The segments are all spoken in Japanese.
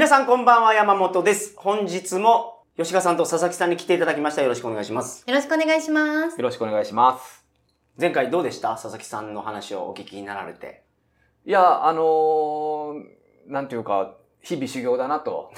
皆さんこんばんは、山本です。本日も吉川さんと佐々木さんに来ていただきました。よろしくお願いします。 よろしくお願いします。 よろしくお願いします。 前回どうでした？佐々木さんの話をお聞きになられて。 いや、なんていうか、日々修行だなと。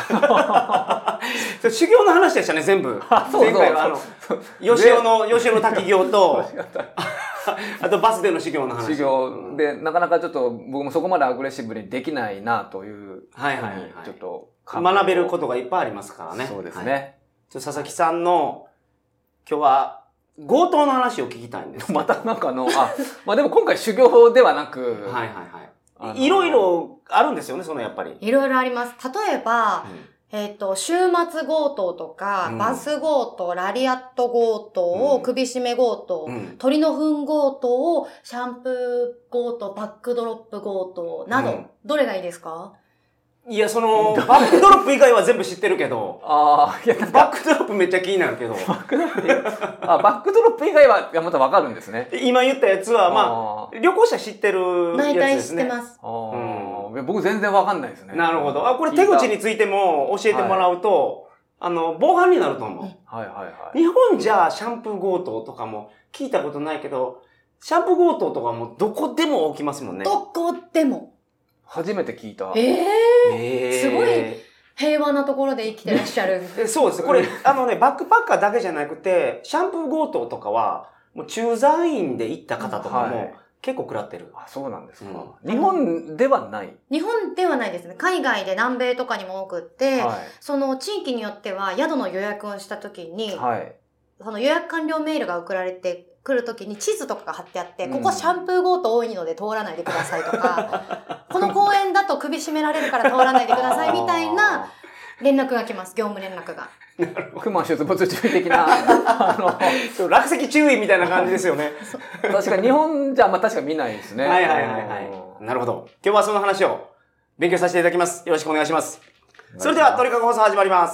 修行の話でしたね、全部。前回は吉尾の滝行と、あとバスでの修行の話。 修行で、なかなかちょっと僕もそこまでアグレッシブにできないなという。 はいはいはい。 ちょっと学べることがいっぱいありますからね。 そうですね。はい、 佐々木さんの、今日は強盗の話を聞きたいんです。 またなんかまあでも今回修行ではなく。 はいはいはい。いろいろあるんですよね、やっぱり。 いろいろあります。例えば、週末強盗とか、バス強盗、ラリアット強盗、首絞め強盗、鳥の糞強盗、シャンプー強盗、バックドロップ強盗など、どれがいいですか？ いや、バックドロップ以外は全部知ってるけど、いやバックドロップめっちゃ気になるけど。バックドロップ以外はまたわかるんですね。 今言ったやつは、まあ、旅行者知ってるやつですね。 大体知ってます。 僕全然わかんないですね。 なるほど。これ手口についても教えてもらうと、防犯になると思う。 はいはいはい。 日本じゃシャンプー強盗とかも聞いたことないけど、シャンプー強盗とかもどこでも起きますもんね。 どこでも。 初めて聞いた。 すごい平和なところで生きてらっしゃる。 そうです。これ、バックパッカーだけじゃなくて、シャンプー強盗とかは、もう駐在員で行った方とかも結構食らってる。 あ、そうなんですか。日本ではない？ 日本ではないですね。海外で南米とかにも多くって、その地域によっては宿の予約をした時に、その予約完了メールが送られて来る時に地図とかが貼ってあって、ここシャンプー強盗多いので通らないでくださいとか、この公園だと首絞められるから通らないでくださいみたいな連絡が来ます。業務連絡が。 熊出没注意的な、 落石注意みたいな感じですよね。 確かに日本じゃ確かに見ないですね。 はいはいはいはい。なるほど。今日はその話を勉強させていただきます。よろしくお願いします。それでは鳥かご放送始まります。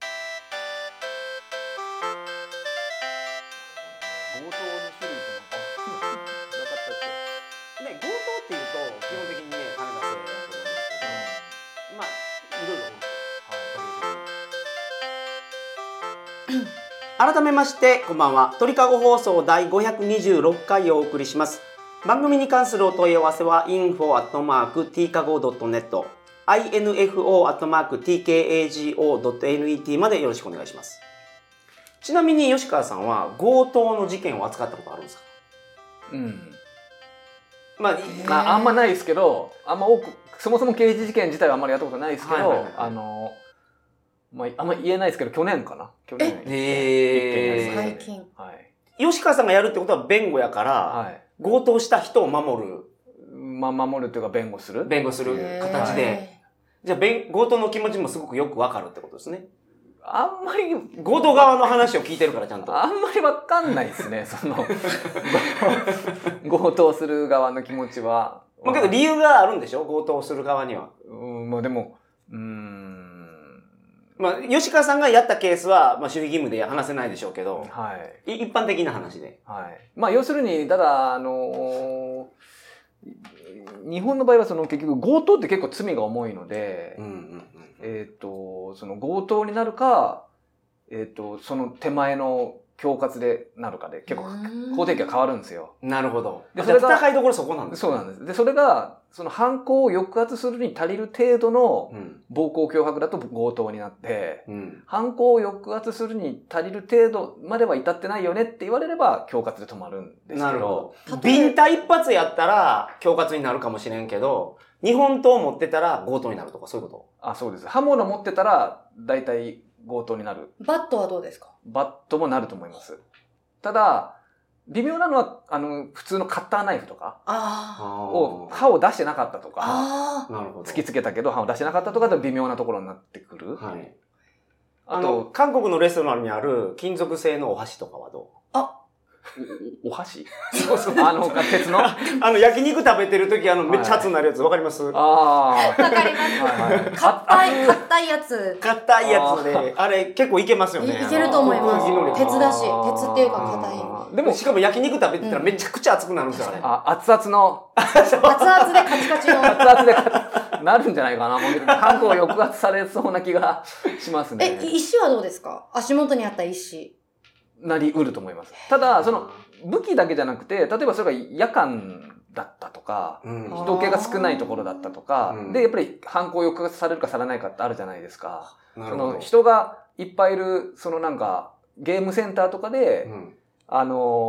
改めましてこんばんは。鳥かご放送第526回をお送りします。番組に関するお問い合わせは info@tkago.net info@tkago.net までよろしくお願いします。ちなみに吉川さんは強盗の事件を扱ったことあるんですか？ あんまないですけど、あんま多く、そもそも刑事事件自体はあんまりやったことないですけど、あんま言えないですけど、去年かな。去年。 最近。 吉川さんがやるってことは弁護やから、強盗した人を守る。 守るっていうか弁護する形で。じゃあ、強盗の気持ちもすごくよくわかるってことですね。 あんまり、 強盗側の話を聞いてるからちゃんと。 あんまりわかんないですね、強盗する側の気持ちは。 けど理由があるんでしょ？強盗する側には。 でも、 吉川さんがやったケースは、守秘義務で話せないでしょうけど、一般的な話で。 要するに、ただ、日本の場合は結局強盗って結構罪が重いので、その強盗になるか、その手前の恐喝でなるかで結構法定刑が変わるんですよ。 なるほど。で、それが戦いどころそこなんですね。 そうなんです。で、それが、その犯行を抑圧するに足りる程度の暴行脅迫だと強盗になって、犯行を抑圧するに足りる程度までは至ってないよねって言われれば恐喝で止まるんですけど。 なるほど。ビンタ一発やったら恐喝になるかもしれんけど、日本刀持ってたら強盗になるとかそういうこと？ そうです。刃物持ってたら大体強盗になる。 バットはどうですか？ バットもなると思います。ただ、微妙なのは、普通のカッターナイフとか刃を出してなかったとか、突きつけたけど刃を出してなかったとかで微妙なところになってくる。 あと、韓国のレストランにある金属製のお箸とかはどう？ お箸？ そうそう。 鉄の焼肉食べてる時めっちゃ熱になるやつわかります？ わかります。硬いやつ。 硬いやつで、あれ結構いけますよね。 いけると思います。鉄だし、鉄っていうか硬い。 でもしかも焼肉食べてたらめちゃくちゃ熱くなるんですよ、あれ。 熱々の。 熱々でカチカチの。 熱々でなるんじゃないかな。もうハンコを抑圧されそうな気がしますね。 石はどうですか？足元にあった石。 なりうると思います。ただ、その武器だけじゃなくて、例えばそれが夜間だったとか、人気が少ないところだったとか、で、やっぱり犯行を抑圧されるかされないかってあるじゃないですか。その人がいっぱいいる、そのなんか、ゲームセンターとかで、熱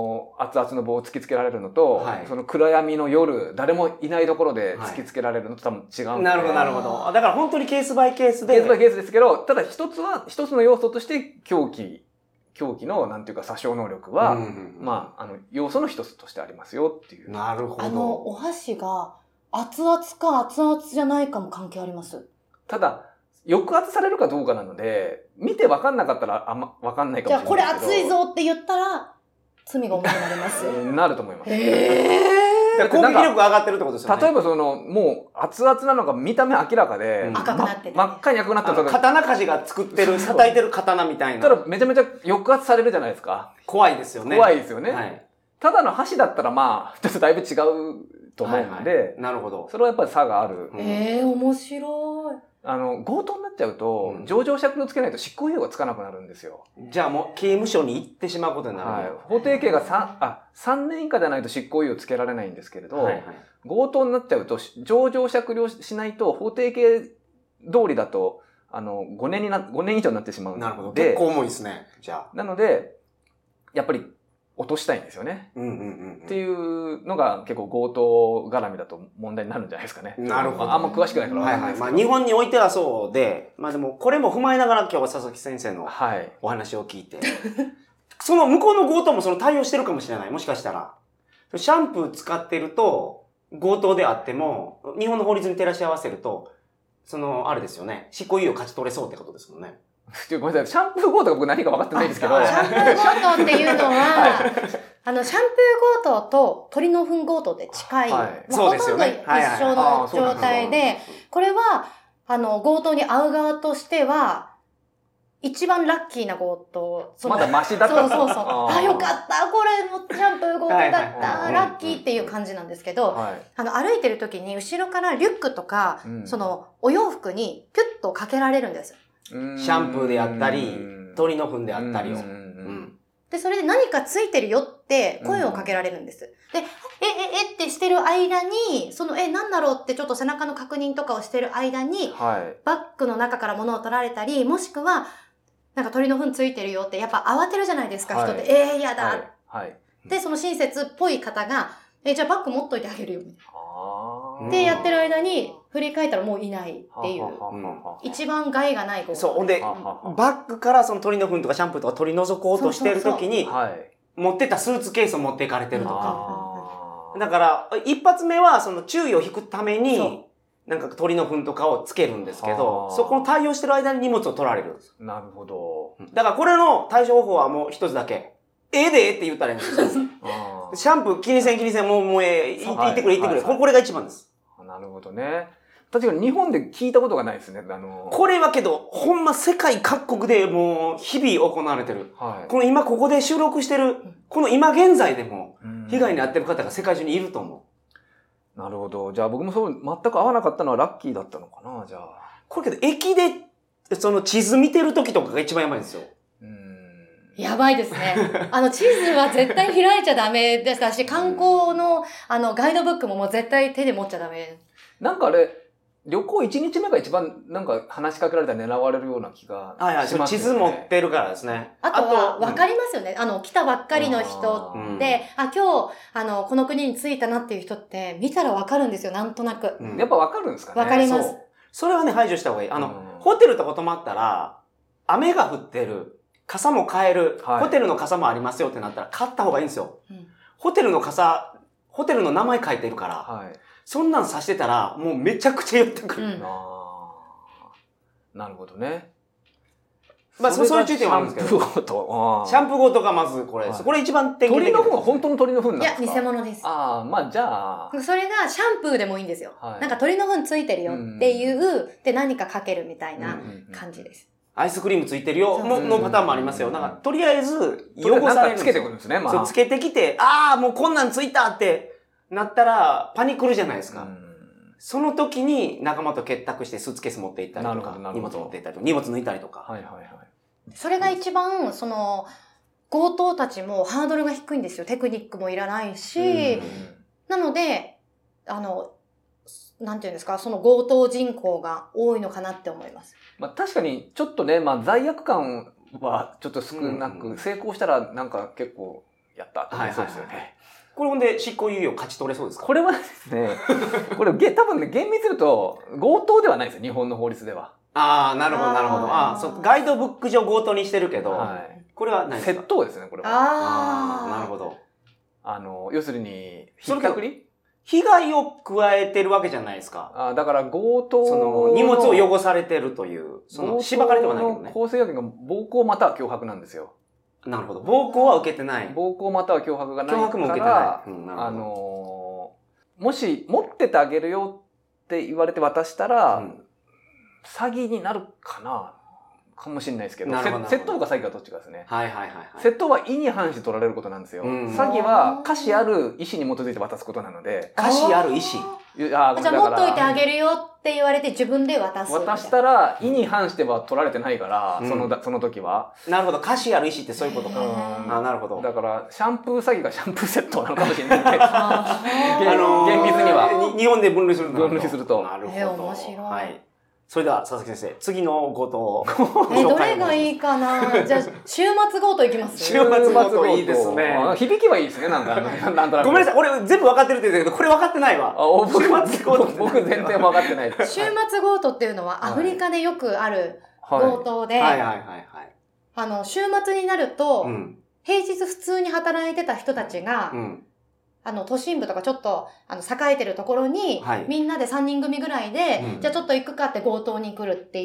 々の棒を突きつけられるのと、その暗闇の夜、誰もいないところで突きつけられるのと多分違うので。 なるほど、なるほど。だから本当にケースバイケースで。 ケースバイケースですけど、ただ一つの要素として凶器の、なんていうか、殺傷能力は、まあ、要素の一つとしてありますよっていう。 なるほど。 お箸が、熱々か熱々じゃないかも関係あります。 ただ、抑圧されるかどうかなので、見て分かんなかったら分かんないかもしれないけど。じゃあ、 これ熱いぞって言ったら、罪が重くなります。 なると思います。 攻撃力が上がってるってことですよね。 例えばもう熱々なのが見た目明らかで、 赤くなってて、 真っ赤に赤くなってる。 刀鍛冶が作ってる、叩いてる刀みたいな。 ただめちゃめちゃ抑圧されるじゃないですか。 怖いですよね。 怖いですよね。ただの箸だったらまあ、ちょっとだいぶ違うと思うので、 なるほど。 それはやっぱり差がある。 面白い。 強盗になっちゃうと、情状酌量つけないと執行猶予がつかなくなるんですよ。 じゃあもう刑務所に行ってしまうことになる。 法定刑が3年以下でないと執行猶予つけられないんですけれど、強盗になっちゃうと、情状酌量しないと、法定刑通りだと、5年以上になってしまうので。 なるほど。結構重いですね。じゃあ。 なので、やっぱり、落としたいんですよね。っていうのが結構強盗絡みだと問題になるんじゃないですかね。 なるほど。 あんま詳しくないから。 まあ日本においてはそうで、まあでもこれも踏まえながら今日は佐々木先生のお話を聞いて、その向こうの強盗もその対応してるかもしれない。もしかしたら。シャンプー使ってると強盗であっても、日本の法律に照らし合わせると、あれですよね。執行猶予勝ち取れそうってことですもんね。 ごめんなさい。シャンプー強盗が僕何か分かってないんですけど。 シャンプー強盗っていうのは、シャンプー強盗と鳥の糞強盗って近い。 そうですよね。 ほとんど一緒の状態で、これは、強盗に遭う側としては、一番ラッキーな強盗。 まだマシだった。 そう。よかった。これもシャンプー強盗だった。ラッキーっていう感じなんですけど、歩いてる時に後ろからリュックとか、お洋服にピュッとかけられるんです。 シャンプーであったり、鳥の糞であったりを。 で、それで何かついてるよって声をかけられるんです。で、ってしてる間に、なんだろうってちょっと背中の確認とかをしてる間に、バッグの中から物を取られたり、もしくは、なんか鳥の糞ついてるよって、やっぱ慌てるじゃないですか、人って。やだ。で、その親切っぽい方が、じゃあバッグ持っといてあげるよ。ってやってる間に、振り返ったらもういないっていう。一番害がないこと。 そう。ほんで、バッグからその鳥の糞とかシャンプーとか取り除こうとしてるときに、持ってたスーツケースを持っていかれてるとか。だから、一発目はその注意を引くために、なんか鳥の糞とかをつけるんですけど、そこの対応してる間に荷物を取られる。 なるほど。 だからこれの対処方法はもう一つだけ。でって言ったらいいんですよ。シャンプー気にせん、もう言ってくれ。これが一番です。 なるほどね。確かに日本で聞いたことがないですね。 これはけど、ほんま世界各国でもう日々行われてる。この今ここで収録してる、この今現在でも被害に遭ってる方が世界中にいると思う。なるほど。じゃあ僕も全く合わなかったのはラッキーだったのかな、じゃあ。 これけど駅でその地図見てる時とかが一番やばいんですよ。 やばいですね。地図は絶対開いちゃダメでしたし、観光の、ガイドブックももう絶対手で持っちゃダメ。 なんかあれ、旅行1日目が一番なんか話しかけられたら狙われるような気がしますね。 地図持ってるからですね。 あとは、わかりますよね。来たばっかりの人って、今日、この国に着いたなっていう人って、見たらわかるんですよ、なんとなく。 やっぱわかるんですかね。 わかります。 それはね、排除した方がいい。ホテルとか泊まったら、雨が降ってる。傘も買える、ホテルの傘もありますよってなったら買った方がいいんですよ。ホテルの傘、ホテルの名前書いてるから、そんなんさしてたらもうめちゃくちゃ寄ってくる。 なるほどね。 まあそういう注意点はあるんですけど。シャンプーごとがまずこれです。これ一番典型的。 鳥の糞は本当の鳥の糞なんですか？ いや、偽物です。 まあじゃあ。 それがシャンプーでもいいんですよ。なんか鳥の糞ついてるよっていう、で何かかけるみたいな感じです。 アイスクリームついてるよのパターンもありますよ。なんか、とりあえず、汚されるんですよ。 つけてくるんですね、 そう、つけてきて、もうこんなんついたってなったら、パニクるじゃないですか。 その時に仲間と結託してスーツケース持って行ったりとか、荷物持って行ったりとか、荷物抜いたりとか。 はいはいはい。 それが一番、強盗たちもハードルが低いんですよ。テクニックもいらないし、なので、なんていうんですか、その強盗人口が多いのかなって思います。 まあ確かに、ちょっとね、まあ罪悪感はちょっと少なく、成功したらなんか結構やったって思いそうですよね。 これほんで執行猶予勝ち取れそうですか？ これはですね、これ多分ね、厳密に言うと強盗ではないですよ、日本の法律では。 ああ、なるほど、なるほど。ああ、そう、ガイドブック上強盗にしてるけど、はい、これは何ですか？ 窃盗ですね、これは。 ああ、なるほど。 要するに、ひったくり？ 被害を加えてるわけじゃないですか。 だから強盗の荷物を汚されてるという、しばかれてはないけどね。 構成要件が暴行または脅迫なんですよ。 なるほど。暴行は受けてない。 暴行または脅迫がないから。 脅迫も受けてない。 もし持っててあげるよって言われて渡したら、詐欺になるかなかもしれないですけど、窃盗か詐欺かどっちかですね。 はいはいはい。 窃盗は意に反して取られることなんですよ。詐欺は可視ある意思に基づいて渡すことなので。 可視ある意思？ じゃあ持っといてあげるよって言われて自分で渡す。 渡したら意に反しては取られてないから、その時は。 なるほど。可視ある意思ってそういうことか。なるほど。 だから、シャンプー詐欺がシャンプー窃盗なのかもしれない。厳密には。 日本で分類する分類すると。 なるほど。 面白い。はい。 それでは、佐々木先生、次の強盗。 どれがいいかな？じゃあ、週末強盗いきます？ 週末強盗いいですね。 響きはいいですね、なんとなく。 ごめんなさい、俺全部分かってるって言ってるけど、これ分かってないわ。 週末強盗。僕全然分かってない。 週末強盗っていうのは、アフリカでよくある強盗で、週末になると、平日普通に働いてた人たちが、都心部とかちょっと、栄えてるところに、みんなで3人組ぐらいで、じゃあちょっと行くかって強盗に来るっていう。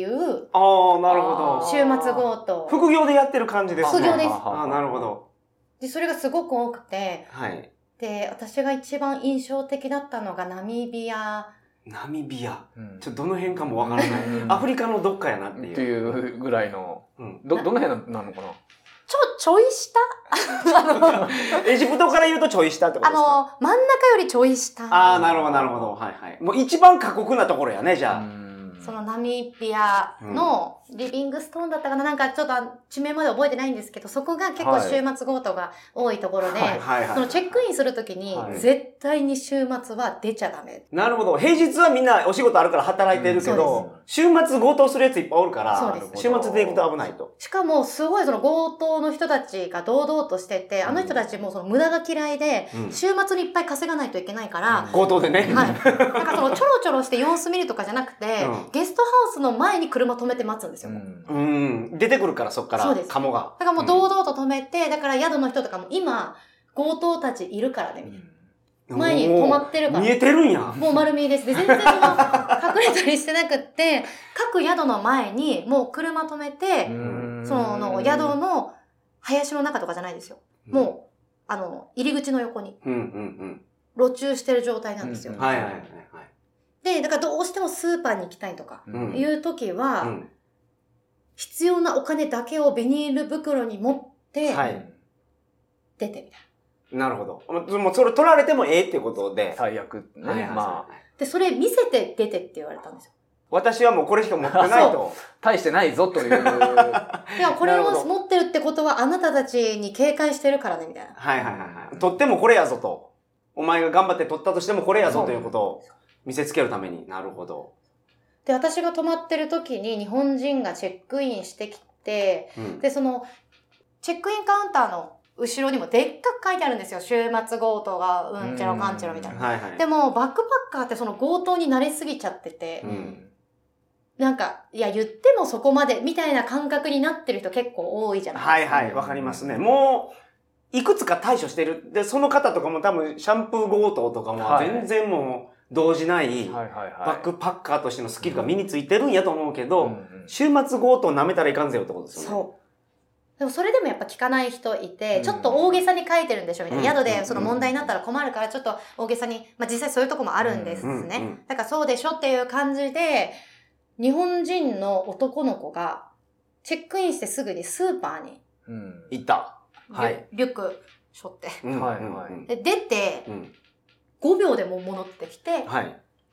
ああ、なるほど。 週末強盗。 副業でやってる感じですね。 副業です。 ああ、なるほど。 で、それがすごく多くて、で、私が一番印象的だったのがナミビア。 ナミビア。ちょっとどの辺かもわからない。アフリカのどっかやなっていう。 っていうぐらいの。どの辺なのかな？ ちょい下エジプトから言うとちょい下ってことですか？ 真ん中よりちょい下。 ああ、なるほど、なるほど。はいはい。もう一番過酷なところやね、じゃあ。 そのナミビアのリビングストーンだったかな、なんかちょっと地名まで覚えてないんですけど、そこが結構週末強盗が多いところで、そのチェックインするときに絶対に週末は出ちゃダメ。 なるほど。平日はみんなお仕事あるから働いてるけど、週末強盗するやついっぱいおるから、週末で行くと危ないと。 しかもすごいその強盗の人たちが堂々としてて、あの人たちもその無駄が嫌いで、週末にいっぱい稼がないといけないから、 強盗でね。 はい。なんかそのちょろちょろして様子見るとかじゃなくて、ゲストハウスの前に車止めて待つんですよ。 出てくるからそっから、カモが。 だからもう堂々と止めて、だから宿の人とかも今、強盗たちいるからね、みたいな。前に止まってるから。 見えてるんや。 もう丸見えです。で、全然隠れたりしてなくって、各宿の前にもう車止めて、その宿の林の中とかじゃないですよ。もう、入り口の横に。路駐してる状態なんですよ。 はいはいはい。 で、だからどうしてもスーパーに行きたいとか、いう時は、必要なお金だけをビニール袋に持って、出てみたいな。なるほど。もうそれ取られてもええってことで。 最悪ね。まあ。 で、それ見せて出てって言われたんですよ。 私はもうこれしか持ってないと。 大してないぞという。いや、これを持ってるってことはあなたたちに警戒してるからね、みたいな。 はいはいはい。取ってもこれやぞと。お前が頑張って取ったとしてもこれやぞということを見せつけるために。なるほど。 で、私が泊まってる時に日本人がチェックインしてきて、で、その、チェックインカウンターの後ろにもでっかく書いてあるんですよ。週末強盗がうんちゃらかんちゃらみたいな。でも、バックパッカーってその強盗に慣れすぎちゃってて、なんか、いや、言ってもそこまで、みたいな感覚になってる人結構多いじゃないですか。 はいはい、わかりますね。もう、いくつか対処してる。で、その方とかも多分、シャンプー強盗とかも全然もう、動じない、バックパッカーとしてのスキルが身についてるんやと思うけど、週末強盗舐めたらいかんぜよってことですよね。そう。 でもそれでもやっぱ聞かない人いて、ちょっと大げさに書いてるんでしょみたいな。宿でその問題になったら困るからちょっと大げさに、まあ実際そういうとこもあるんですね。だからそうでしょっていう感じで、日本人の男の子がチェックインしてすぐにスーパーに行った。はい。 リュック背負って。で、出て、5秒でも戻ってきて、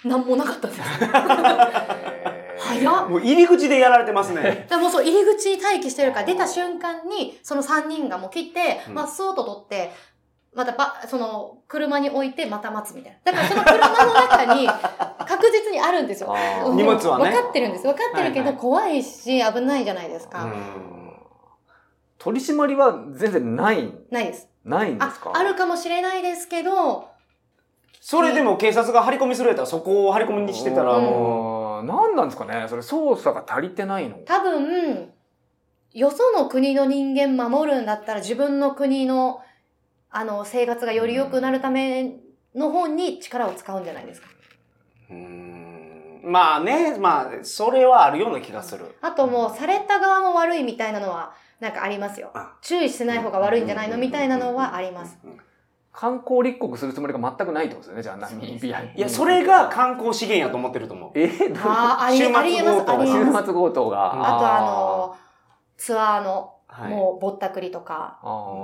なんもなかったんです。早っ。 もう入り口でやられてますね。 もうそう、入り口に待機してるから、出た瞬間に、その3人がもう来て、スーッと取って、またその、車に置いて、また待つみたいな。だからその車の中に、確実にあるんですよ。 荷物はね。 分かってるんです。分かってるけど、怖いし、危ないじゃないですか。 取り締まりは全然ない？ ないです。 ないんですか？ あるかもしれないですけど、 それでも警察が張り込みするやったら、そこを張り込みにしてたらもう。何なんですかね、それ捜査が足りてないの？ 多分、よその国の人間守るんだったら、自分の国の、生活がより良くなるための方に力を使うんじゃないですか。 まあね、それはあるような気がする。 あともう、された側も悪いみたいなのは、なんかありますよ。注意してない方が悪いんじゃないのみたいなのはあります。 観光立国するつもりが全くないってことですよね、じゃあナミビアに。 いや、それが観光資源やと思ってると思う。 週末強盗が。 あとツアーの、もうぼったくりとか。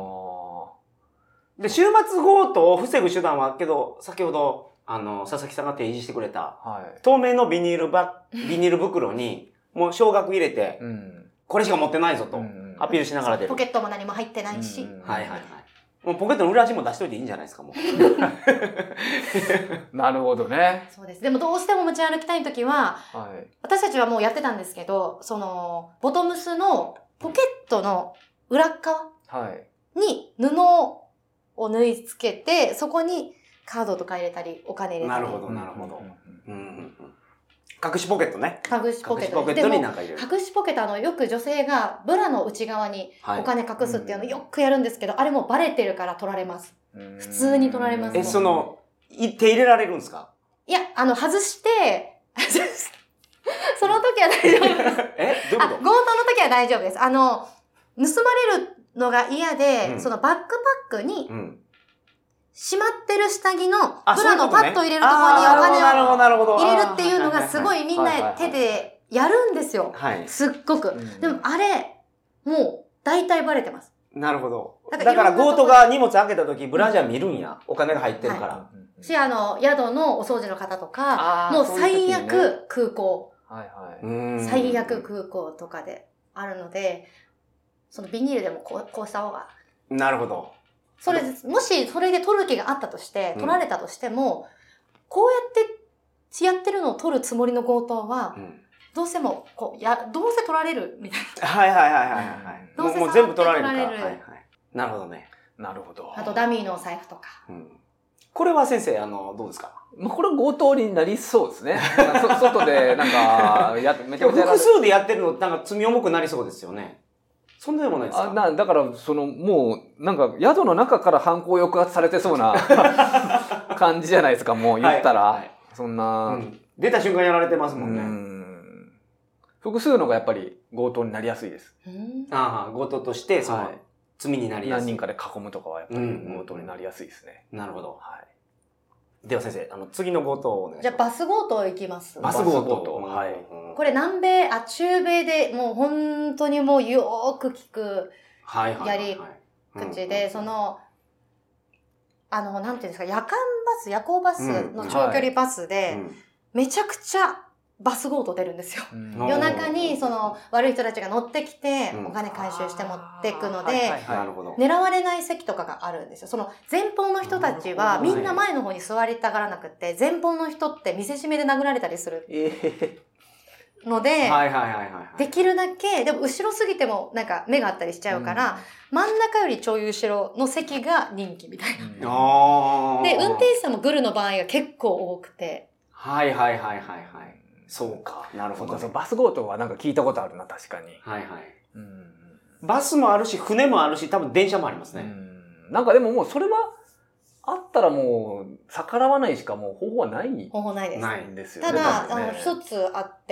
で、週末強盗を防ぐ手段は、けど、先ほど、佐々木さんが提示してくれた、透明のビニール袋に、もう少額入れて、これしか持ってないぞと、アピールしながら出る。 ポケットも何も入ってないし。 はいはいはい。もうポケットの裏地も出しといていいんじゃないですか、もう。 なるほどね。 そうです。でもどうしても持ち歩きたいときは、私たちはもうやってたんですけど、ボトムスのポケットの裏側に布を縫い付けて、そこにカードとか入れたり、お金入れたり。 なるほど、なるほど。隠しポケットね。 隠しポケット。 隠しポケットになんか入れる。 隠しポケットよく女性がブラの内側にお金隠すっていうのよくやるんですけど、あれもうバレてるから取られます。普通に取られます。 手入れられるんですか？ いや、外して、その時は大丈夫です。 どういうこと？ 強盗の時は大丈夫です。盗まれるのが嫌で、そのバックパックに、しまってる下着のブラのパッと入れるところにお金を入れるっていうのがすごいみんな手でやるんですよ。すっごく。でもあれ、もう大体バレてます。 なるほど。だから強盗が荷物開けた時ブラジャー見るんや。お金が入ってるから。 宿のお掃除の方とか、もう最悪空港。最悪空港とかであるので、そのビニールでもこうした方が。 なるほど。 もしそれで取る気があったとして、取られたとしても、こうやってるのを取るつもりの強盗は、どうせもどうせ取られるみたいな。 はい。もう全部取られるから。なるほどね。なるほど。 あとダミーのお財布とか。 これは先生、どうですか？ これは強盗になりそうですね。外でめちゃめちゃ複数でやってるのなんか罪重くなりそうですよね。そんなでもないですか？ だから、もう、なんか、宿の中から犯行抑圧されてそうな感じじゃないですか、もう言ったら。そんな、 出た瞬間やられてますもんね。 複数のがやっぱり強盗になりやすいです。 強盗として、罪になりやすい。 何人かで囲むとかはやっぱり強盗になりやすいですね。 なるほど。では先生、次の強盗をお願いします。 じゃあバス強盗いきます。 バス強盗。 はい。これ中米でもう本当にもうよーく聞くやり口で、なんていうんですか、夜行バスの長距離バスで、めちゃくちゃバス強盗出るんですよ。夜中に悪い人たちが乗ってきて、お金回収して持っていくので、狙われない席とかがあるんですよ。前方の人たちはみんな前の方に座りたがらなくて、前方の人って見せしめで殴られたりする。ので、できるだけ、でも後ろすぎてもなんか目があったりしちゃうから、真ん中よりちょい後ろの席が人気みたいな。で、運転手さんもグルの場合が結構多くて。 そうか。なるほど。 バス強盗はなんか聞いたことあるな、確かに。 バスもあるし、船もあるし、多分電車もありますね。 なんかでももうそれは、あったらもう、逆らわないしかもう方法はない。 方法ないです。 ないんですよね。 ただ、一つあって、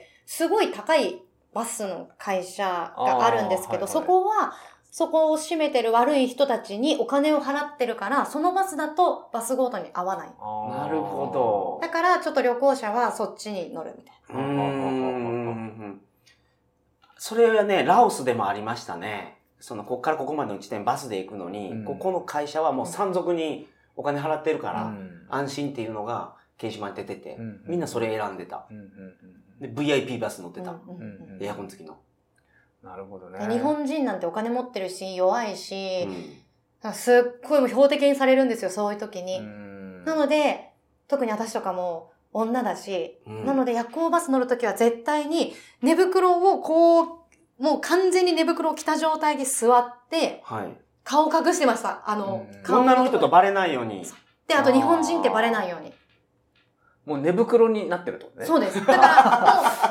すごい高いバスの会社があるんですけど、そこを占めてる悪い人たちにお金を払ってるから、そのバスだとバス強盗に合わない。 なるほど。 だから、ちょっと旅行者はそっちに乗るみたいな。それはね、ラオスでもありましたね。こっからここまでの地点バスで行くのに、ここの会社はもう山賊にお金払ってるから、安心っていうのが、 掲示板に出てて、みんなそれ選んでた。で、VIP バス乗ってた。エアコン付きの。 なるほどね。 日本人なんてお金持ってるし、弱いし、すっごいもう標的にされるんですよ、そういう時に。なので、特に私とかも女だし、なので夜行バス乗る時は絶対に寝袋をこう、もう完全に寝袋を着た状態で座って、顔を隠してました。 女の人とバレないように。 で、あと日本人ってバレないように。 もう寝袋になってるってことね。 そうです。だから、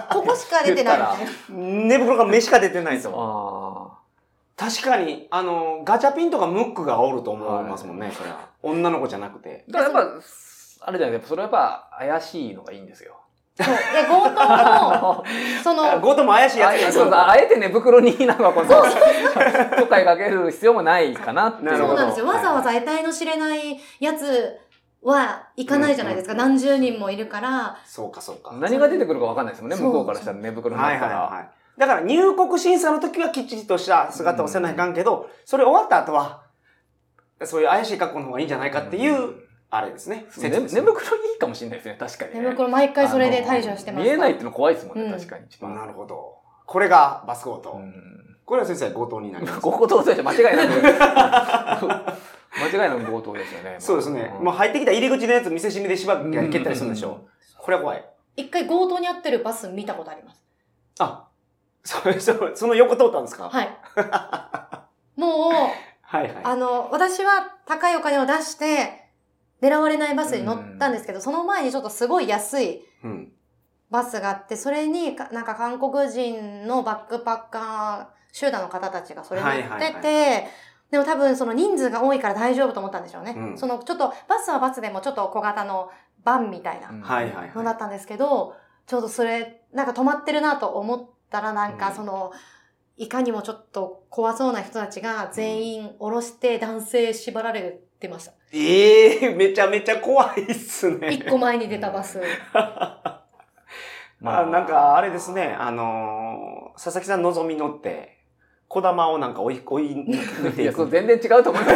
もう、ここしか出てないみたいな。 寝袋が目しか出てないと。確かに、ガチャピンとかムックがおると思いますもんね、それは。女の子じゃなくて。 だからやっぱ、あれじゃないですか、それはやっぱ怪しいのがいいんですよ。 そう。で、強盗も、 強盗も怪しいやつそうあえて寝袋になんかこの、許可かける必要もないかなっていう。 そうなんですよ。わざわざ得体の知れないやつは行かないじゃないですか。何十人もいるから。 そうか、そうか。 何が出てくるか分かんないですもんね、向こうからしたら寝袋になったら。 だから入国審査の時はきっちりとした姿をせないかんけど、それ終わった後は、そういう怪しい格好の方がいいんじゃないかっていう、あれですね。 寝袋いいかもしれないですね、確かに。 寝袋毎回それで対処してます。 見えないっての怖いですもんね、確かに。 なるほど。これがバス強盗。これは先生強盗になります。 強盗ですよ、間違いなく。間違いなく強盗ですよね。 そうですね。もう入ってきた入り口のやつ見せしめで縛って蹴ったりするんでしょ。これは怖い。 一回強盗に遭ってるバス見たことあります。 あ、その横通ったんですか？ はい。もう、私は高いお金を出して、狙われないバスに乗ったんですけど、その前にちょっとすごい安いバスがあって、それになんか韓国人のバックパッカー集団の方たちがそれに乗ってて、でも多分その人数が多いから大丈夫と思ったんでしょうね。そのちょっとバスはバスでもちょっと小型のバンみたいなのだったんですけど、ちょうどそれなんか止まってるなと思ったらなんかその、いかにもちょっと怖そうな人たちが全員降ろして男性縛られてました。 めちゃめちゃ怖いっすね。 一個前に出たバス。 なんかあれですね、佐々木さん望み乗って、小玉をなんか追い抜いていく。 全然違うと思います。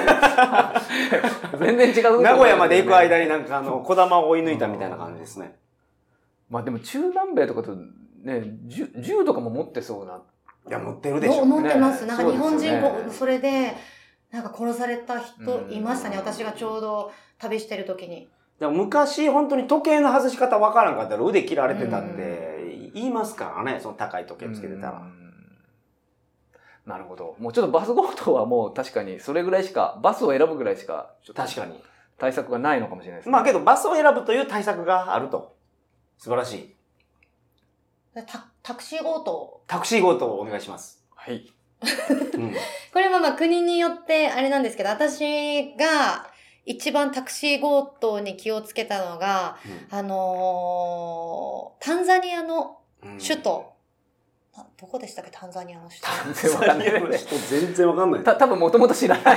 全然違う。 名古屋まで行く間になんか小玉を追い抜いたみたいな感じですね。 まあでも中南米とかとね、銃とかも持ってそうな。 いや、持ってるでしょ。 持ってます。なんか日本人、それで、なんか殺された人いましたね。私がちょうど旅してる時に。 でも昔本当に時計の外し方わからんかったら腕切られてたって言いますからね。その高い時計つけてたら。 なるほど。もうちょっとバス強盗はもう確かにそれぐらいしか、バスを選ぶぐらいしか、 確かに。 対策がないのかもしれないですね。 まあけどバスを選ぶという対策があると。素晴らしい。 タクシー強盗。 タクシー強盗お願いします。 はい。 これはまあ国によってあれなんですけど、私が一番タクシー強盗に気をつけたのが、タンザニアの首都。どこでしたっけ、タンザニアの首都。 全然わかんない。 多分もともと知らない。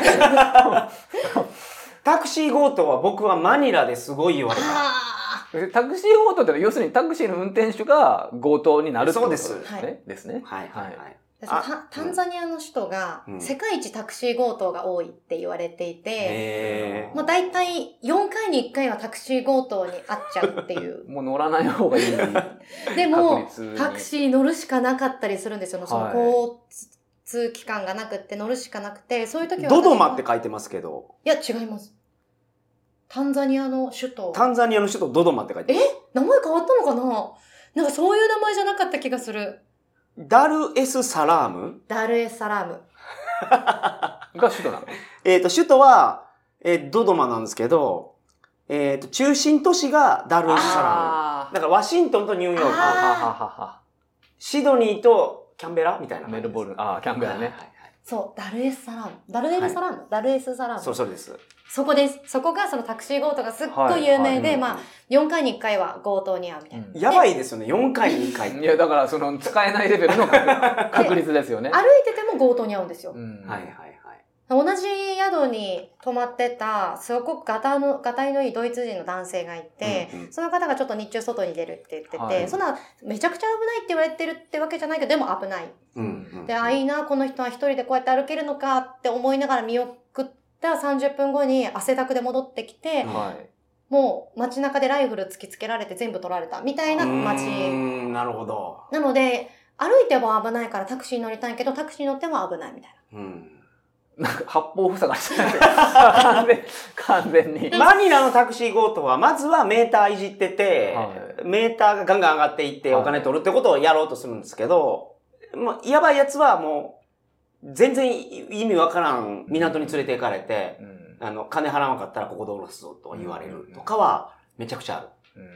タクシー強盗は僕はマニラですごい言われた。 タクシー強盗って要するにタクシーの運転手が強盗になるってことですね。ですね。 はいはいはい。 タンザニアの首都が世界一タクシー強盗が多いって言われていて、もう大体4回に1回はタクシー強盗に遭っちゃうっていう。 もう乗らない方がいい。 でも、タクシー乗るしかなかったりするんですよ。その交通機関がなくって乗るしかなくて、そういう時は。 ドドマって書いてますけど。 いや、違います。タンザニアの首都。 タンザニアの首都ドドマって書いてます。 名前変わったのかな？なんかそういう名前じゃなかった気がする。 ダルエスサラーム？ ダルエスサラーム。 が首都なの？ 首都は、ドドマなんですけど、中心都市がダルエスサラーム。だからワシントンとニューヨーク。シドニーとキャンベラみたいな。 メルボルン。キャンベラね。 そう、ダルエスサラーム。ダルエスサラーム？ダルエスサラーム。 そうです。 そこです。そこがそのタクシー強盗がすっごい有名で、まあ、4回に1回は強盗に遭うみたいな。 やばいですよね、4回に1回。 いや、だからその使えないレベルの確率ですよね。 歩いてても強盗に遭うんですよ。 はいはいはい。 同じ宿に泊まってた、すごくがたいのいいドイツ人の男性がいて、その方がちょっと日中外に出るって言ってて、そんなめちゃくちゃ危ないって言われてるってわけじゃないけど、でも危ない。で、いいな、この人は一人でこうやって歩けるのかって思いながら見送って、30分後に汗だくで戻ってきて、ももう街中でライフル突きつけられて全部取られたみたいな街。 なるほど。 なので、歩いても危ないからタクシー乗りたいけど、タクシー乗っても危ないみたいな。 なんか八方塞がりしてない完全に。 マニラのタクシー強盗は、まずはメーターいじってて、メーターがガンガン上がっていってお金取るってことをやろうとするんですけど、やばいやつはもう、全然意味わからん港に連れて行かれて、金払わなかったらここで降ろすぞと言われるとかは、めちゃくちゃある。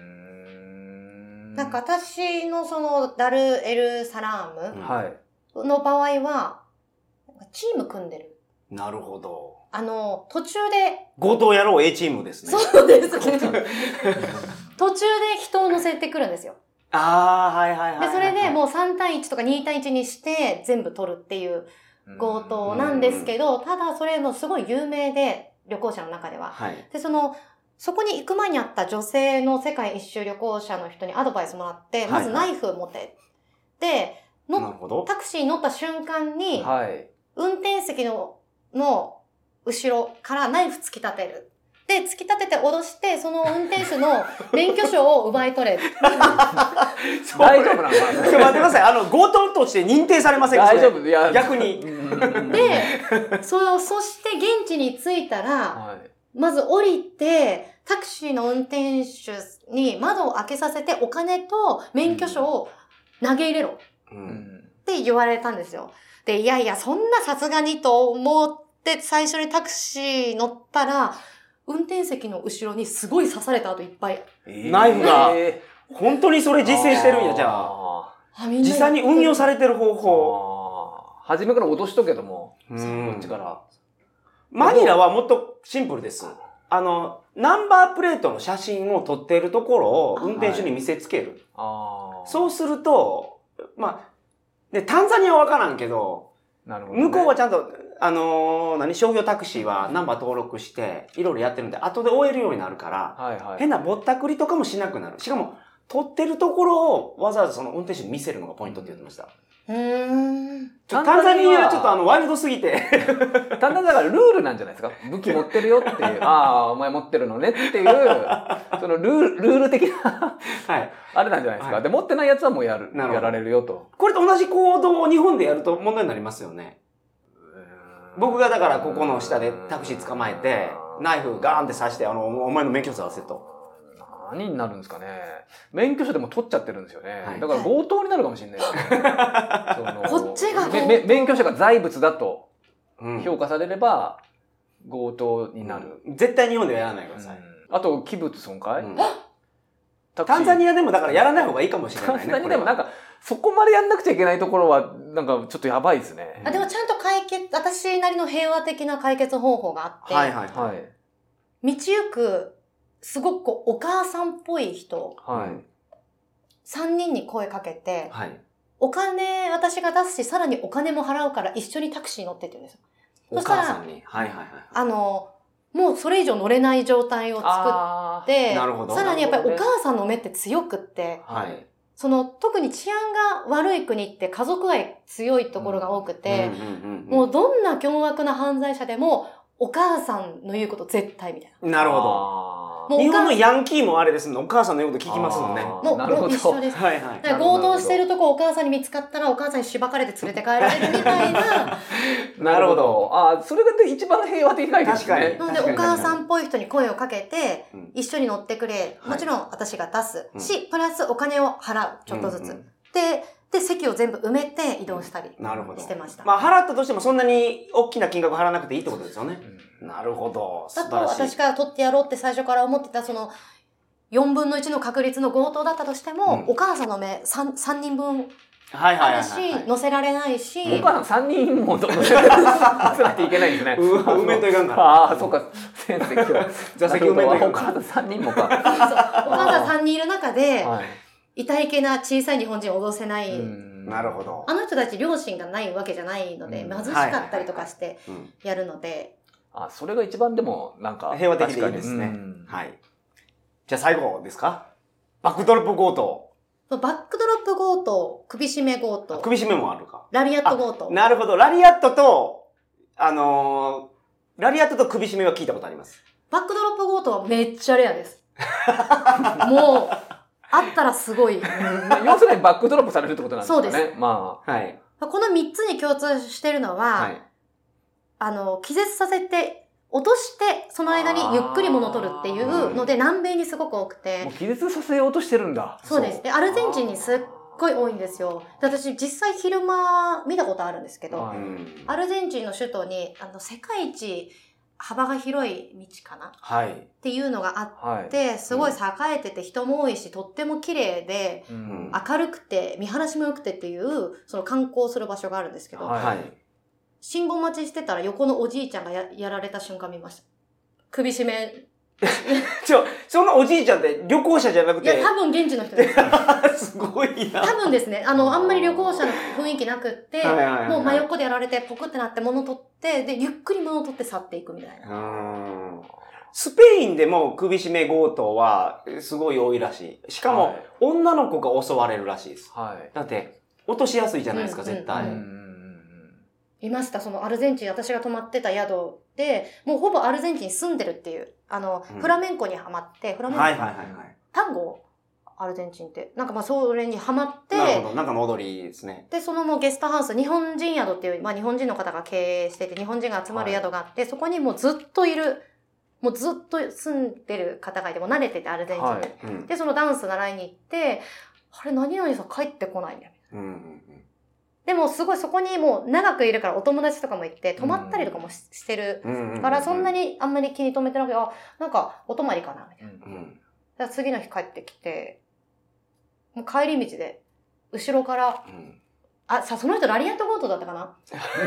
なんか私のそのダルエルサラームの場合は、チーム組んでる。 なるほど。 途中で。 強盗野郎 A チームですね。 そうですね。途中で人を乗せてくるんですよ。で、それでもう3対1とか2対1にして全部取るっていう強盗なんですけど、ただそれもすごい有名で、旅行者の中では。で、そこに行く前にあった女性の世界一周旅行者の人にアドバイスもらって、まずナイフ持って。で、タクシーに乗った瞬間に、運転席の後ろからナイフ突き立てる。で、突き立てて脅して、その運転手の免許証を奪い取れ。 大丈夫なのかな。 待ってください。強盗として認定されませんか？ 大丈夫。いや、 逆に。 で、そして現地に着いたら、まず降りて、タクシーの運転手に窓を開けさせてお金と免許証を投げ入れろ。って言われたんですよ。で、いやいや、そんなさすがにと思って最初にタクシー乗ったら、運転席の後ろにすごい刺された後いっぱい。 ナイフが、本当にそれ実践してるんや、じゃあ。実際に運用されてる方法。 初めから脅しとけども、こっちから。 マニラはもっとシンプルです。ナンバープレートの写真を撮っているところを運転手に見せつける。そうすると、タンザニアはわからんけど、向こうはちゃんと、商業タクシーはナンバー登録して、いろいろやってるんで、後で追えるようになるから、変なぼったくりとかもしなくなる。しかも、撮ってるところをわざわざその運転手に見せるのがポイントって言ってました。タンザニアはちょっとワイルドすぎて。 単純だからルールなんじゃないですか。武器持ってるよっていう、お前持ってるのねっていう、そのルール的な、あれなんじゃないですか。で、持ってないやつはもうやられるよと。 これと同じ行動を日本でやると問題になりますよね。僕がだからここの下でタクシー捕まえて、ナイフガーンって刺して、お前の免許証出せと。 何になるんですかね。免許証でも取っちゃってるんですよね。だから強盗になるかもしれないですね。 こっちが免許証が財物だと評価されれば強盗になる。 絶対日本ではやらないでください。 あと、器物損壊、 タンザニアでもだからやらない方がいいかもしれないね。 タンザニアでもなんか、そこまでやんなくちゃいけないところは、なんかちょっとやばいですね。 でもちゃんと私なりの平和的な解決方法があって、道行く、すごくお母さんっぽい人、3人に声かけて、お金私が出すし、さらにお金も払うから一緒にタクシー乗ってって言うんですよ。 お母さんに。 もうそれ以上乗れない状態を作って、さらにやっぱりお母さんの目って強くって、特に治安が悪い国って家族愛強いところが多くて、もうどんな凶悪な犯罪者でもお母さんの言うこと絶対みたいな。 なるほど。日本のヤンキーもあれですね、お母さんの言うこと聞きますもんね。 もう一緒です。強盗してるとこお母さんに見つかったらお母さんにしばかれて連れて帰られるみたいな。 なるほど。それが一番平和的なですね。 なのでお母さんっぽい人に声をかけて、一緒に乗ってくれ。もちろん私が出すし、プラスお金を払う。ちょっとずつ。で、席を全部埋めて移動したりしてました。 払ったとしてもそんなに大きな金額払わなくていいってことですよね。なるほど。 だと私から取ってやろうって最初から思ってた、4分の1の確率の強盗だったとしても、お母さんの目3人分あるし、乗せられないし。 お母さん3人も乗せないといけないんですね。 埋めんといかんから。 そうか。 座席埋めんといかんから。お母さん3人もか。 お母さん3人いる中で、痛いけな小さい日本人を脅せない。 なるほど。 あの人たち両親がないわけじゃないので、貧しかったりとかしてやるので。 それが一番でも、なんか。 平和的でいいですね。はい。じゃあ最後ですか？バックドロップ強盗。 バックドロップ強盗、首絞め強盗。 首絞めもあるか。 ラリアット強盗。 なるほど。ラリアットと首絞めは聞いたことあります。 バックドロップ強盗はめっちゃレアです。 もう、あったらすごい。 要するにバックドロップされるってことなんですかね。 そうです。 まあ。はい。 この3つに共通してるのは、はい、気絶させて、落として、その間にゆっくり物を取るっていうので、南米にすごく多くて。 もう気絶させようとしてるんだ。 そうです。で、アルゼンチンにすっごい多いんですよ。で、私実際昼間見たことあるんですけど、アルゼンチンの首都に、世界一幅が広い道かな、はい、っていうのがあって、はい、すごい栄えてて人も多いし、とっても綺麗で、明るくて、見晴らしも良くてっていう、その観光する場所があるんですけど、はい、信号待ちしてたら横のおじいちゃんが やられた瞬間見ました。首絞め。 そのおじいちゃんって旅行者じゃなくて。 いや、多分現地の人です。 すごいな。 多分ですね、あんまり旅行者の雰囲気なくって、もう真横でやられて、ポクってなって物取って、で、ゆっくり物取って去っていくみたいな。 スペインでも首絞め強盗はすごい多いらしい。しかも、女の子が襲われるらしいです。はい、だって、落としやすいじゃないですか、絶対。 いました。そのアルゼンチン、私が泊まってた宿で、もうほぼアルゼンチンに住んでるっていう、フラメンコにハマって、フラメンコ、タンゴアルゼンチンって。なんかそれにハマって、 なるほど。なんかの踊りですね。 で、そのもうゲストハウス、日本人宿っていう、日本人の方が経営してて、日本人が集まる宿があって、そこにもうずっといる、もうずっと住んでる方がいて、もう慣れてて、アルゼンチンで。で、そのダンス習いに行って、あれ、何々さん帰ってこないんだよ。でもすごいそこにもう長くいるからお友達とかも行って泊まったりとかもしてるからそんなにあんまり気に留めてなくて、なんかお泊まりかなみたいな。だから次の日帰ってきて、もう帰り道で後ろから、その人ラリアット強盗だったかな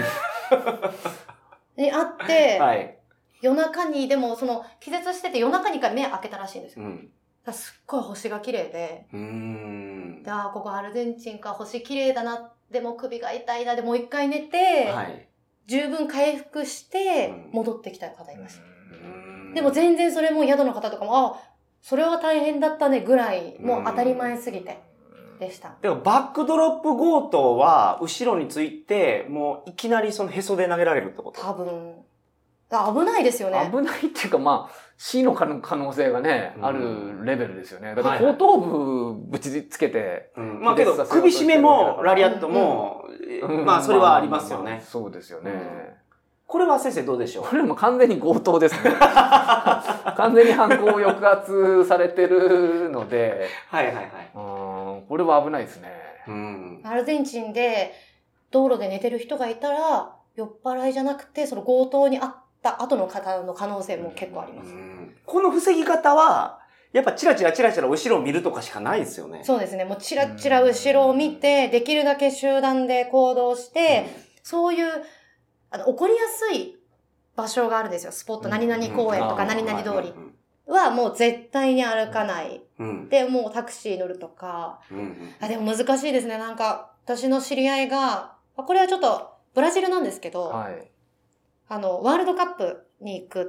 に会って、はい、夜中にでもその気絶してて夜中に一回目開けたらしいんですよ。すっごい星が綺麗で、ここアルゼンチンか星綺麗だな。でも首が痛いなでもう一回寝て、はい、十分回復して戻ってきた方いました。でも全然それも宿の方とかも、それは大変だったねぐらい、もう当たり前すぎてでした。 でもバックドロップ強盗は後ろについて、もういきなりそのへそで投げられるってこと？ 多分。危ないですよね。 危ないっていうか死の可能性がね、あるレベルですよね。だから後頭部ぶちつけて。 けど首絞めもラリアットも、それはありますよね。 そうですよね。 これは先生どうでしょう？ これも完全に強盗ですね。完全に犯行を抑圧されてるので。これは危ないですね。 アルゼンチンで道路で寝てる人がいたら、酔っ払いじゃなくて、その強盗にあった後の方の可能性も結構あります。 この防ぎ方は、やっぱチラチラ後ろを見るとかしかないですよね。 そうですね。もうチラチラ後ろを見て、できるだけ集団で行動して、そういう、起こりやすい場所があるんですよ。スポット、何々公園とか何々通りはもう絶対に歩かない。で、もうタクシー乗るとか。でも難しいですね。なんか、私の知り合いが、これはちょっとブラジルなんですけど、ワールドカップに行くって、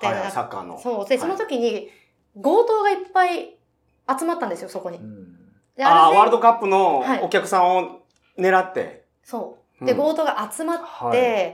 サッカーの。 そう。で、その時に強盗がいっぱい集まったんですよ、そこに。 ワールドカップのお客さんを狙って。 そう。で、強盗が集まって、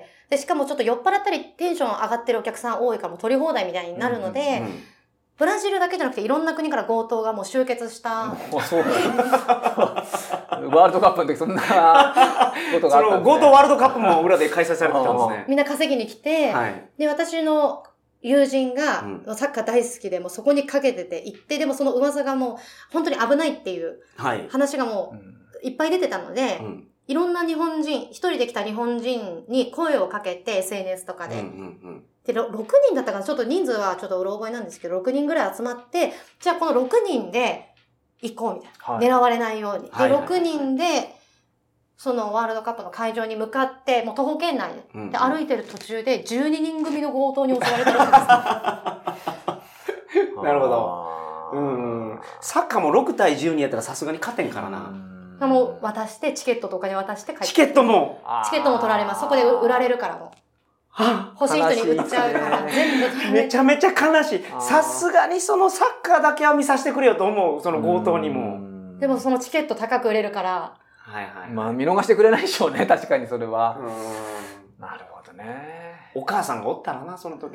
で、しかもちょっと酔っ払ったりテンション上がってるお客さん多いからもう取り放題みたいになるので、ブラジルだけじゃなくていろんな国から強盗がもう集結した。 そうワールドカップの時そんなことがあったんですね。 その強盗ワールドカップも裏で開催されてたんですね。 みんな稼ぎに来て、で、私の友人がサッカー大好きでもそこにかけてて行って、でもその噂がもう本当に危ないっていう話がもういっぱい出てたので、いろんな日本人、一人で来た日本人に声をかけて SNS とかで、で、6人だったからちょっと人数はちょっとうろ覚えなんですけど、6人ぐらい集まって、じゃあこの6人で行こうみたいな。狙われないように。で、6人で、そのワールドカップの会場に向かって、もう徒歩圏内で歩いてる途中で12人組の強盗に襲われてるわけです。 なるほど。サッカーも6対12やったらさすがに勝てんからな。 もう渡して、チケットとかに渡して帰って。 チケットも取られます。そこで売られるからも。欲しい人に売っちゃうから全部取られる。 めちゃめちゃ悲しい。さすがにそのサッカーだけは見させてくれよと思う。その強盗にも。 でもそのチケット高く売れるから。 見逃してくれないでしょうね。確かにそれは。なるほどね。 お母さんがおったらな、その時に。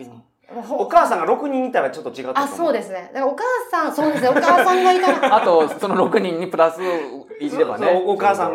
お母さんが6人いたらちょっと違ったと思う。 そうですね。だからお母さん、そうですね、お母さんがいたら。 あと、その6人にプラスいればね。 お母さん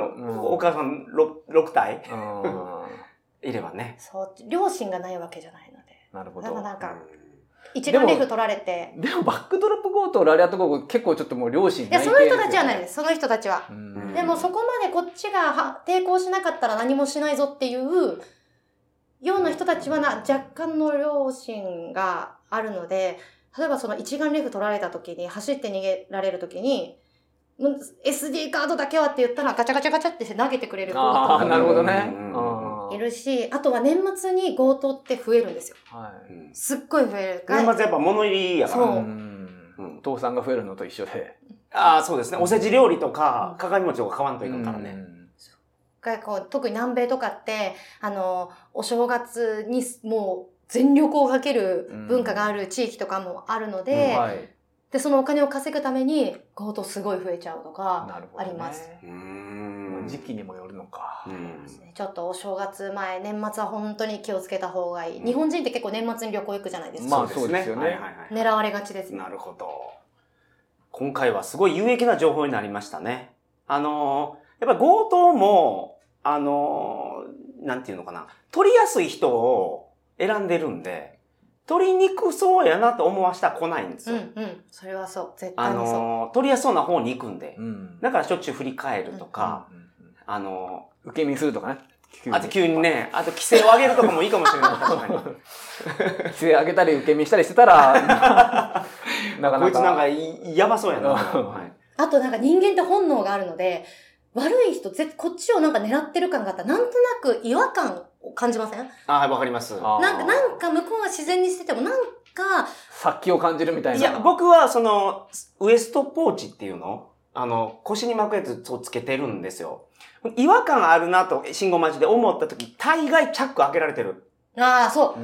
6体いればね。 そう、両親がないわけじゃないので。 なるほど。 だからなんか、一眼レフ取られて。 でもバックドロップ強盗、ラリアット強盗結構ちょっっともう両親ない系ですよね。いや、その人たちはないです。その人たちは。でもそこまでこっちが抵抗しなかったら何もしないぞっていうような人たちは若干の良心があるので、例えばその一眼レフ取られた時に走って逃げられる時に、SD カードだけはって言ったらガチャガチャガチャって投げてくれる子とかなるほどね。 いるし、あとは年末に強盗って増えるんですよ。はい、すっごい増える。 年末やっぱ物入りやから。そう。 倒産が増えるのと一緒で。 ああ、そうですね。おせち料理とか、鏡餅とか買わんといかんからね。 特に南米とかって、お正月にもう全力をかける文化がある地域とかもあるので、で、そのお金を稼ぐために強盗すごい増えちゃうとかあります。 時期にもよるのか。 ちょっとお正月前、年末は本当に気をつけた方がいい。日本人って結構年末に旅行行くじゃないですか。 まあそうですよね。 狙われがちですね。 なるほど。今回はすごい有益な情報になりましたね。やっぱり強盗も、なんていうのかな。取りやすい人を選んでるんで、取りにくそうやなと思わしたら来ないんですよ。 それはそう。絶対にそう。取りやすそうな方に行くんで。だからしょっちゅう振り返るとか、 受け身するとかね。 あと急にね、あと規制を上げるとかもいいかもしれない。確かに。 規制上げたり受け身したりしてたら、なかなか。 こいつなんかやばそうやな。 あとなんか人間って本能があるので、悪い人、こっちをなんか狙ってる感があったら、なんとなく違和感を感じません？ わかります。 なんか向こうが自然にしてても、なんか、 殺気を感じるみたいな。 いや、僕はウエストポーチっていうの腰に巻くやつをつけてるんですよ。違和感あるなと、信号待ちで思った時、大概チャック開けられてる。 そう。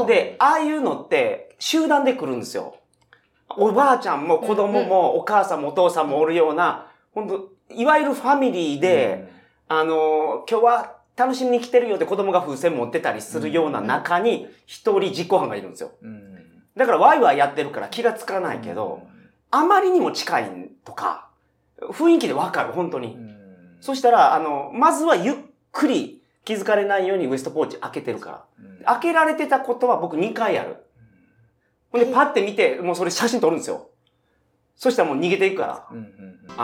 で、ああいうのって、集団で来るんですよ。おばあちゃんも子供もお母さんもお父さんもおるような、本当いわゆるファミリーで、今日は楽しみに来てるよって子供が風船持ってたりするような中に、一人実行犯がいるんですよ。だからワイワイやってるから気がつかないけど、あまりにも近いとか、雰囲気でわかる、本当に。そしたら、まずはゆっくり気づかれないようにウエストポーチ開けてるから。開けられてたことは僕2回ある。ほんで、パッて見て、もうそれ写真撮るんですよ。そしたらもう逃げていくから。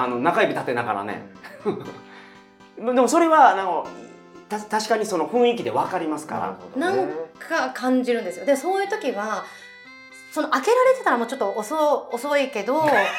中指立てながらね。でもそれは、確かにその雰囲気でわかりますから。 なんか感じるんですよ。で、そういう時は、開けられてたらもうちょっと遅いけど。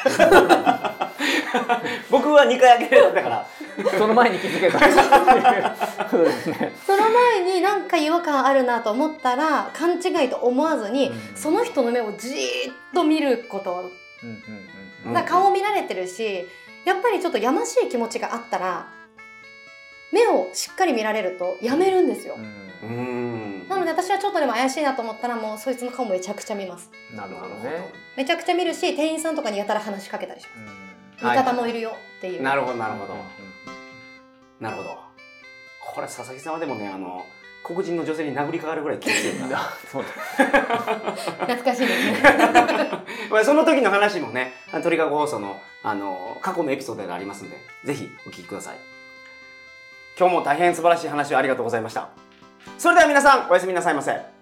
僕は2回開けられたから。 その前に気づけた。 そうですね。その前になんか違和感あるなと思ったら、勘違いと思わずに、その人の目をじーっと見ること。顔を見られてるし、やっぱりちょっとやましい気持ちがあったら、目をしっかり見られるとやめるんですよ。なので私はちょっとでも怪しいなと思ったらもうそいつの顔めちゃくちゃ見ます。 なるほどね。 めちゃくちゃ見るし、店員さんとかにやたら話しかけたりします。味方もいるよっていう。 なるほど、なるほど。なるほど。これ佐々木さんはでもね、黒人の女性に殴りかかるぐらい気をつけるんだ。 そう懐かしいですね。 その時の話もね、鳥かご放送の、過去のエピソードがありますんで、ぜひお聞きください。今日も大変素晴らしい話をありがとうございました。それでは皆さん、おやすみなさいませ。